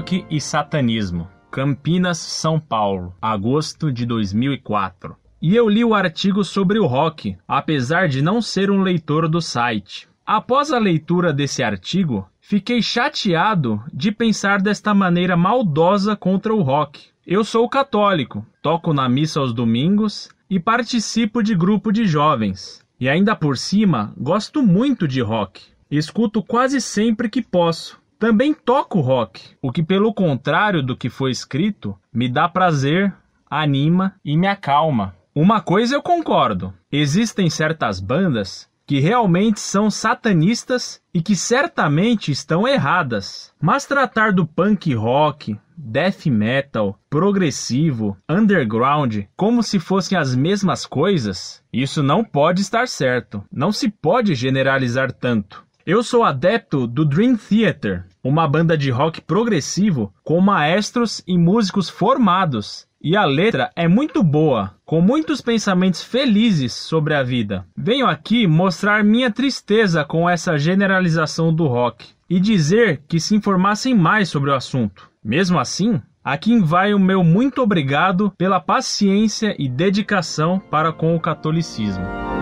Rock e Satanismo, Campinas, São Paulo, agosto de 2004. E eu li o artigo sobre o rock, apesar de não ser um leitor do site. Após a leitura desse artigo, fiquei chateado de pensar desta maneira maldosa contra o rock. Eu sou católico, toco na missa aos domingos e participo de grupo de jovens. E ainda por cima, gosto muito de rock. Escuto quase sempre que posso. Também toco rock, o que pelo contrário do que foi escrito, me dá prazer, anima e me acalma. Uma coisa eu concordo, existem certas bandas que realmente são satanistas e que certamente estão erradas. Mas tratar do punk rock, death metal, progressivo, underground, como se fossem as mesmas coisas, isso não pode estar certo. Não se pode generalizar tanto. Eu sou adepto do Dream Theater, uma banda de rock progressivo com maestros e músicos formados. E a letra é muito boa, com muitos pensamentos felizes sobre a vida. Venho aqui mostrar minha tristeza com essa generalização do rock e dizer que se informassem mais sobre o assunto. Mesmo assim, aqui vai o meu muito obrigado pela paciência e dedicação para com o catolicismo.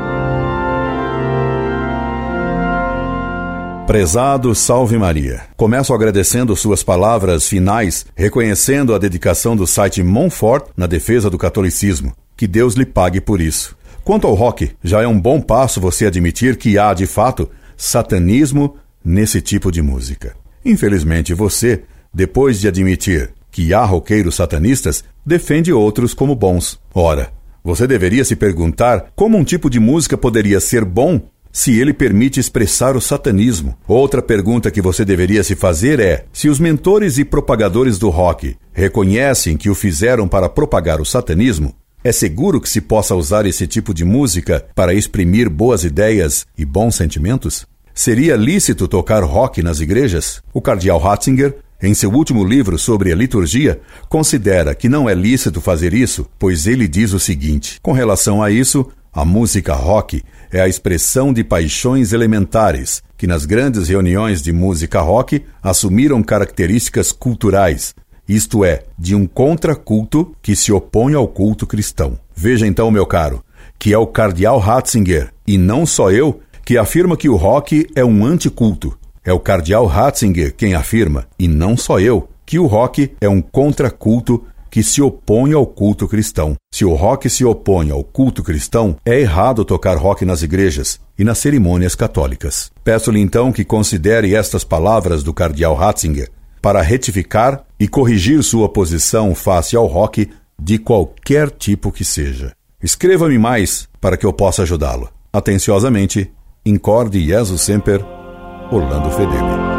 Prezado Salve Maria, começo agradecendo suas palavras finais, reconhecendo a dedicação do site Monfort na defesa do catolicismo. Que Deus lhe pague por isso. Quanto ao rock, já é um bom passo você admitir que há, de fato, satanismo nesse tipo de música. Infelizmente você, depois de admitir que há roqueiros satanistas, defende outros como bons. Ora, você deveria se perguntar como um tipo de música poderia ser bom se ele permite expressar o satanismo. Outra pergunta que você deveria se fazer é se os mentores e propagadores do rock reconhecem que o fizeram para propagar o satanismo. É seguro que se possa usar esse tipo de música para exprimir boas ideias e bons sentimentos? Seria lícito tocar rock nas igrejas? O cardeal Ratzinger, em seu último livro sobre a liturgia, considera que não é lícito fazer isso, pois ele diz o seguinte: com relação a isso, a música rock é a expressão de paixões elementares, que nas grandes reuniões de música rock assumiram características culturais, isto é, de um contraculto que se opõe ao culto cristão. Veja então, meu caro, que é o cardeal Ratzinger, e não só eu, que afirma que o rock é um anticulto. É o cardeal Ratzinger quem afirma, e não só eu, que o rock é um contraculto que se opõe ao culto cristão. Se o rock se opõe ao culto cristão, é errado tocar rock nas igrejas e nas cerimônias católicas. Peço-lhe então que considere estas palavras do cardeal Ratzinger para retificar e corrigir sua posição face ao rock de qualquer tipo que seja. Escreva-me mais para que eu possa ajudá-lo. Atenciosamente, Incorde Jesus Semper, Orlando Fedeli.